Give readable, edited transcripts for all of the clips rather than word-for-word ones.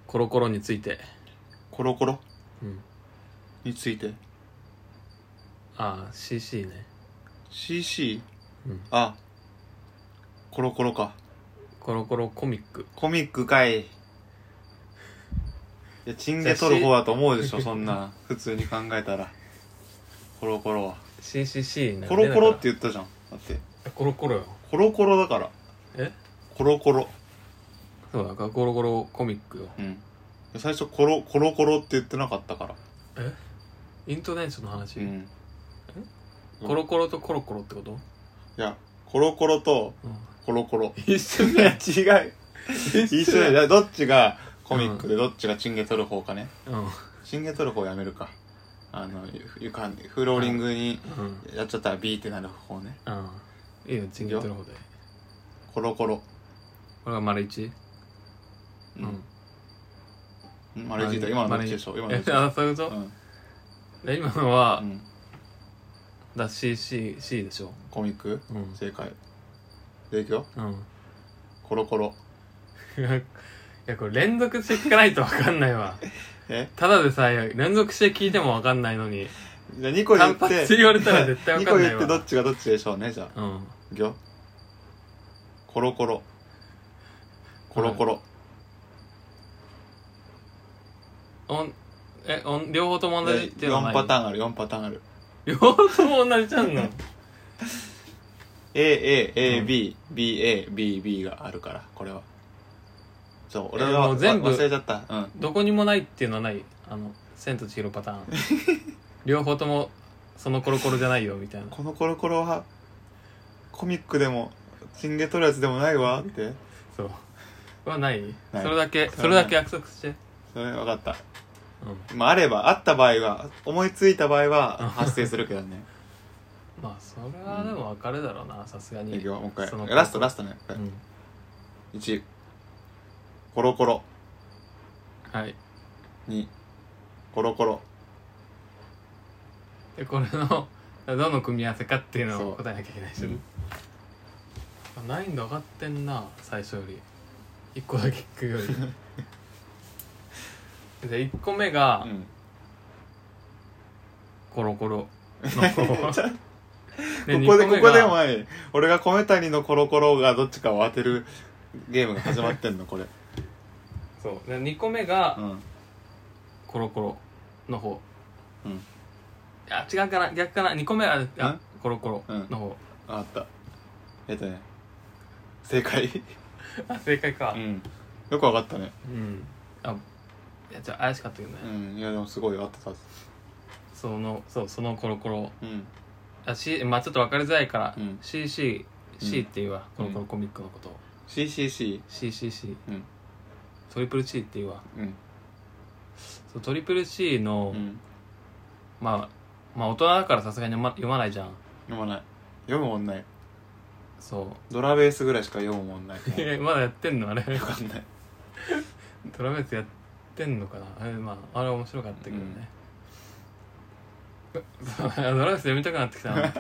コロコロについて。 コロコロうんについて。 ああ CC ね。 CC？ うん。 あ、コロコロか。 コロコロコミック。 コミックかい。いや、チンゲ取る方だと思うでしょそんな普通に考えたら。コロコロは CCC ね。 コロコロって言ったじゃん。だってコロコロよ。 コロコロだから。 えコロコロ。 そうだからコロコロコミックよ。 うん。最初コロコロって言ってなかったから。 えイントネーションの話、 うん。 コロコロとコロコロってこと？ いや、コロコロとコロコロ。 一緒いや、違う。一緒だよ。どっちがコミックでどっちがチンゲ取る方かね。チンゲ取る方やめるか。床に、フローリングにやっちゃったらビーってなる方ね。 いいよ、チンゲ取る方で。 コロコロ。 これが丸一？ 丸一だ。今のどっちでしょ？今のどっちでしょ？ そういうこと？で今のは、だ CC でしょ。 コミック？正解。でいくよ。コロコロ。 いや、これ連続して聞かないと分かんないわ。ただでさえ連続して聞いても分かんないのに。 じゃあ2個言って。 単発言われたら絶対分かんないわ。 2個言ってどっちがどっちでしょうね、じゃあ。いくよ。コロコロ。コロコロ。 両方とも同じっていうのはない？ 4パターンある、4パターンある。 両方とも同じちゃうの？ A、B、B、A、B、B があるから、これは。そう、俺はもう全部忘れちゃった。 どこにもないっていうのはない？千と千尋パターン。両方ともそのコロコロじゃないよみたいな。 このコロコロはコミックでもチンゲ取るやつでもないわって。 そうはない？ ない。 それだけ約束して。 それ分かった。まああれば、あった場合は、思いついた場合は発生するけどね。 まあそれはでも分かるだろうな、さすがに。 いくよ、もう一回。ラストね。1、コロコロ。 はい。 2、コロコロ。 でこれのどの組み合わせかっていうのを答えなきゃいけないし、難易度上がってんな、最初より。1個だけ聞くより。で1個目が、コロコロの方。 ここで前俺が米谷のコロコロがどっちかを当てるゲームが始まってんのこれ。 そうで2個目が、コロコロの方。いや違うかな、逆かな。2個目はコロコロの方。 あった。正解。 正解か。 よくわかったね。 いや怪しかったけどね。 いやでもすごい合ってた。 そのコロコロ。まあちょっと分かりづらいから、CC っていうわ、コロコロコミックのことを。 CCC？ CCC。トリプル C っていうわ。そうトリプル C の、まあ大人だからさすがに読まないじゃん。 読まない。読むもんない。 そうドラベースぐらいしか読むもんない。 まだやってんのあれ。 分かんない。 ドラベースやってんのかな。まああれ面白かったけどね。ドラベース読みたくなってきたな。 どうや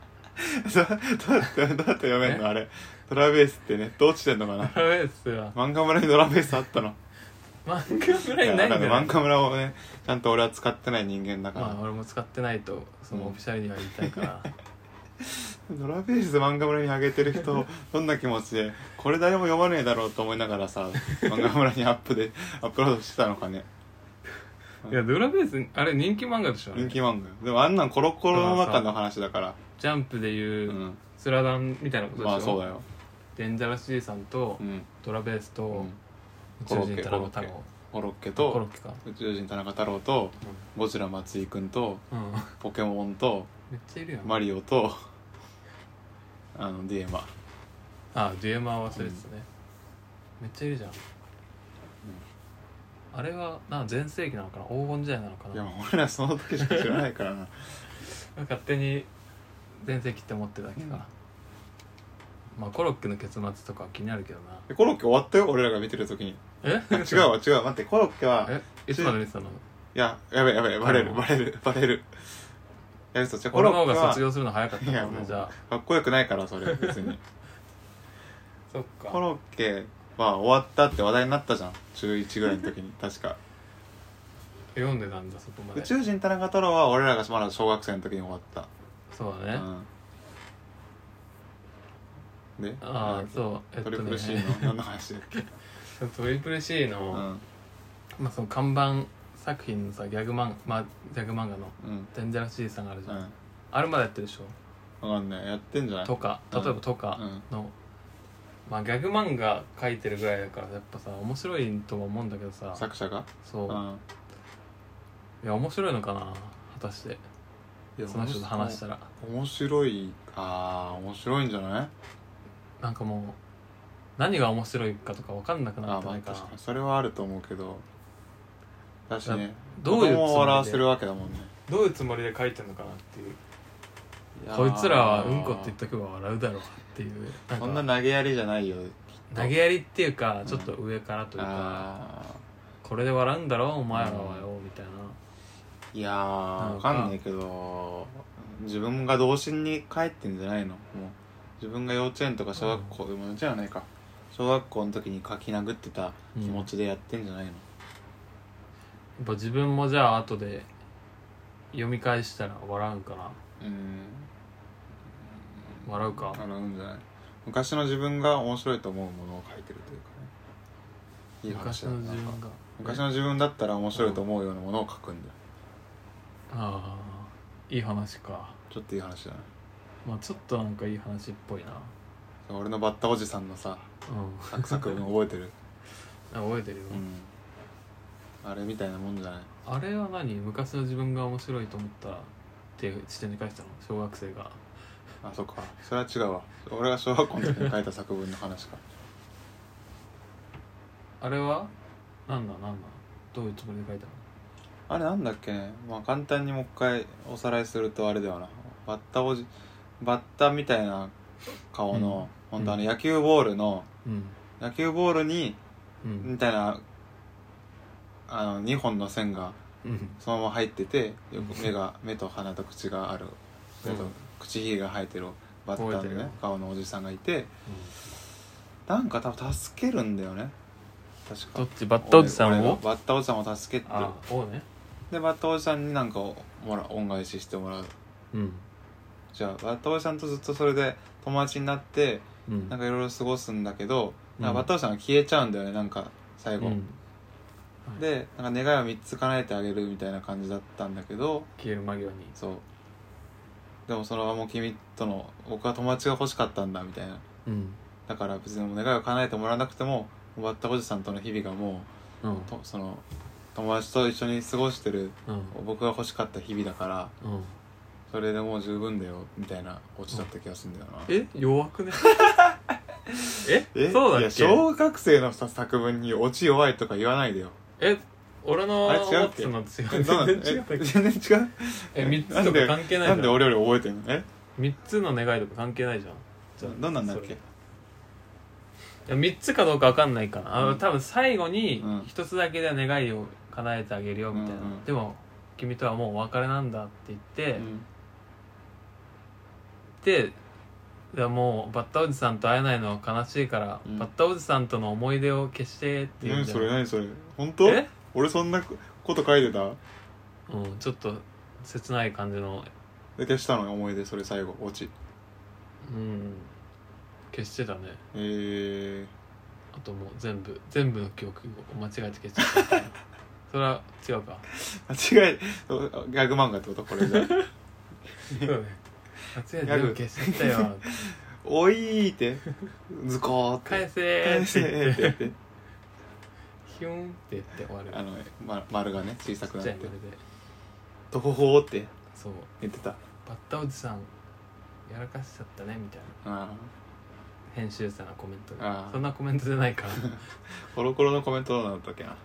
って読めんのあれ。ドラベースってネット落ちてんのかな。 ドラベースは漫画村にドラベースあったの？ 漫画村にないんだよね。 漫画村をねちゃんと俺は使ってない人間だから。 まあ俺も使ってないとそのオフィシャルには言いたいから。 ドラベース漫画村に上げてる人どんな気持ちでこれ誰も読まねえだろうと思いながらさ漫画村にアップロードしてたのかね。 いやドラベースあれ人気漫画でしょ。 人気漫画でもあんなんコロコロの中の話だから。 ジャンプでいうスラダンみたいなことでしょ。 まあそうだよ。 デンジャラス G さんとドラベースと宇宙人田中太郎、 コロッケと宇宙人田中太郎とゴジラ松井くんとポケモンとめっちゃいるやん。 マリオとディエマ。 ディエマは忘れてたね。めっちゃいるじゃん。あれは全盛期なのかな、黄金時代なのかな。 いや俺らその時しか知らないからな。 勝手に全盛期って思ってただけか。まあコロッケの結末とか気になるけどな。 コロッケ終わったよ俺らが見てる時に。違うわ待ってコロッケはいつまで見てたの？ いややべバレる。やると俺の方が卒業するの早かったからね。じゃあかっこよくないからそれ別に。 そっか。 コロッケまあ終わったって話題になったじゃん、中1ぐらいの時に確か読んでたんだそこまで。 宇宙人田中太郎は俺らがまだ小学生の時に終わった。 そうだね、 で、 ああそう、 トリプル C の何の話だっけトリプル C の、まあその看板作品のさギャグ漫画のデンジャラス C さんがあるじゃん、あれまでやってるでしょ。 わかんない、やってんじゃないとか、例えばとかの、まあギャグ漫画描いてるぐらいだからやっぱさ面白いとは思うんだけどさ、 作者がそう、いや面白いのかな果たして。その人と話したら面白い、面白いんじゃない。 なんかもう何が面白いかとか分かんなくなってないかな。 確かにそれはあると思うけど、だしね、 どういう子供を笑わせるわけだもんね。 どういうつもりで書いてんのかなっていう。こいつらはうんこって言っとけば笑うだろうっていう。 そんな投げやりじゃないよ。 投げやりっていうかちょっと上からというか、これで笑うんだろお前らはよみたいな。 いやー分かんないけど、自分が童心に帰ってんじゃないの。もう自分が幼稚園とか小学校でもじゃないか、小学校の時に書き殴ってた気持ちでやってんじゃないの。やっぱ自分もじゃあ後で読み返したら笑うんかな。笑うか。 笑うんじゃない。昔の自分が面白いと思うものを書いてるというかね。いい話だな。昔の自分だったら面白いと思うようなものを書くんだよ。 ああいい話か。 ちょっといい話だね。 まあちょっとなんかいい話っぽいな。 俺のバッタおじさんのさ、作文覚えてる覚えてるよ、 あれみたいなもんじゃない。 あれは何、昔の自分が面白いと思ったっていう視点で書いてたの小学生が。 あ、そっか、それは違うわ。俺が小学校の時に書いた作文の話かあれはなんだどういうつもりで書いたの。 あれなんだっけね。まあ簡単にもう一回おさらいするとあれではな、バッタみたいな顔の、本当野球ボールの、野球ボールに、みたいな2本の線がそのまま入ってて、目と鼻と口がある、口ひげが生えてるバッタのね顔のおじさんがいて、なんか多分助けるんだよね確か。 どっち、バッタおじさんを。 バッタおじさんを助けて、 ね、 でバッタおじさんになんか恩返ししてもらう。じゃあバッタおじさんとずっとそれで友達になって、なんかいろいろ過ごすんだけど、なんかバッタおじさんが消えちゃうんだよね、なんか最後、でなんか願いを3つ叶えてあげるみたいな感じだったんだけど、 消える間際に。 そうでもそのもう君との僕は友達が欲しかったんだみたいな、だから別に願いを叶えてもらわなくてもバッタおじさんとの日々がもう、その友達と一緒に過ごしてる、僕が欲しかった日々だから、それでもう十分だよみたいなオチだった気がするんだよな。 弱くねそうだっけ。いや小学生の作文にオチ弱いとか言わないでよ。 俺のあれ違うっけ。 全然違う。 全然違う。 3つとか関係ないじゃん。 なんで俺より覚えてんの。 3つの願いとか関係ないじゃん。 じゃあどんなんだっけ。 いや3つかどうか分かんないかな。多分最後に1つだけで願いを叶えてあげるよみたいな、でも君とはもうお別れなんだって言って、でもうバッタおじさんと会えないのは悲しいから、バッタおじさんとの思い出を消してっていうんじゃない。 何それ本当？俺そんなこと書いてた？ ちょっと切ない感じの。 で消したの思い出、それ最後オチ。 消してたね。あともう全部の記憶を間違えて消しちゃったそれは違うか。 間違えギャグ漫画ってことこれじゃ。そうね。 間違えて全部消しちゃったよおいーってズコーって返せーって言ってヒュンって言って終わる。 丸がね小さくなってとほほーってそう言ってた。 バッタおじさんやらかしちゃったねみたいな編集者のコメントで。そんなコメントじゃないからコロコロのコメントどうなんだったっけな。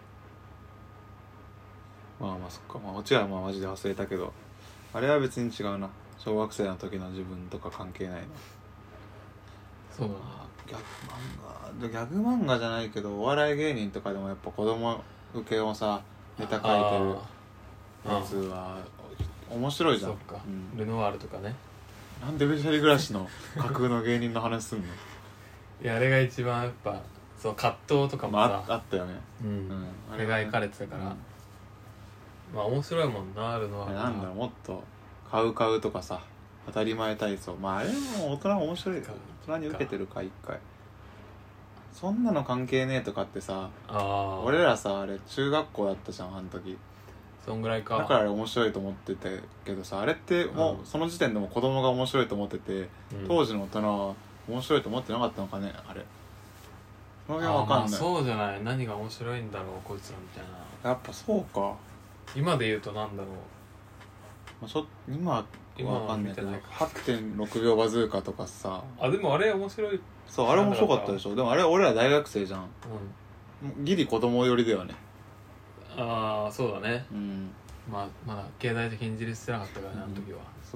まあそっか、オチはマジで忘れたけど、あれは別に違うな。小学生の時の自分とか関係ないな。 そうだギャグ漫画じゃないけどお笑い芸人とかでもやっぱ子供受けをさネタ書いてるやつは面白いじゃん。 そっか、ルノワールとかね。 なんでべしゃり暮らしの架空の芸人の話すんの。 いやあれが一番やっぱそう葛藤とかもさ、 あったよね。 描かれてたから、まあ面白いもんな、あるのは。 なんだろう、もっと買うとかさ、当たり前体操、まああれも大人は面白いから、大人に受けてるか一回。そんなの関係ねえとかってさ、俺らさ、あれ中学校だったじゃん、あの時。 そんぐらいか。 だからあれ面白いと思ってたけどさ、あれってもうその時点でも子供が面白いと思ってて、当時の大人は面白いと思ってなかったのかね、あれ。その辺は分かんない。 そうじゃない、何が面白いんだろうこいつらみたいな。 やっぱそうか。 今で言うとなんだろう、今は分かんないけど 8.6 秒バズーカとかさ。 でもあれ面白い。 そう、あれ面白かったでしょ。でもあれ俺ら大学生じゃん、ギリ子供寄りだよね。 そうだね。まだ経済的に自立してなかったからね、あの時は。 そう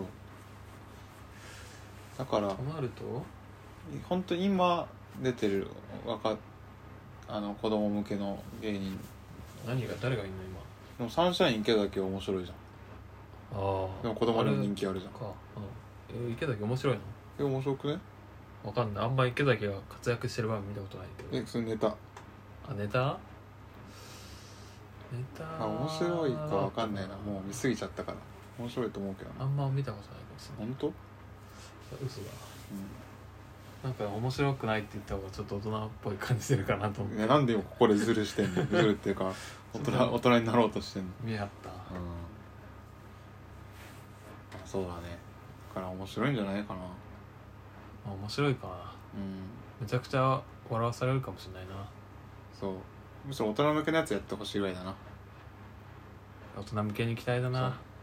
だからとなると本当に今出てる子供向けの芸人、 誰がいんの今。 でもサンシャイン池崎面白いじゃん。でも子供にも人気あるじゃんか。 池崎面白いの？ 面白くね。 わかんない、あんま池崎が活躍してる場面見たことないけど。 それネタネタ面白いかわかんないな、もう見すぎちゃったから。面白いと思うけどあんま見たことないかもしれない。 本当？ 嘘だ。なんか面白くないって言った方がちょっと大人っぽい感じするかなと思って。 なんでここでズルしてんの？ズルっていうか大人になろうとしてんの。 見合った。 そうだね。だから面白いんじゃないかな。 面白いかな。めちゃくちゃ笑わされるかもしれないな。 そう、むしろ大人向けのやつやってほしいぐらいだな。 大人向けに期待だな。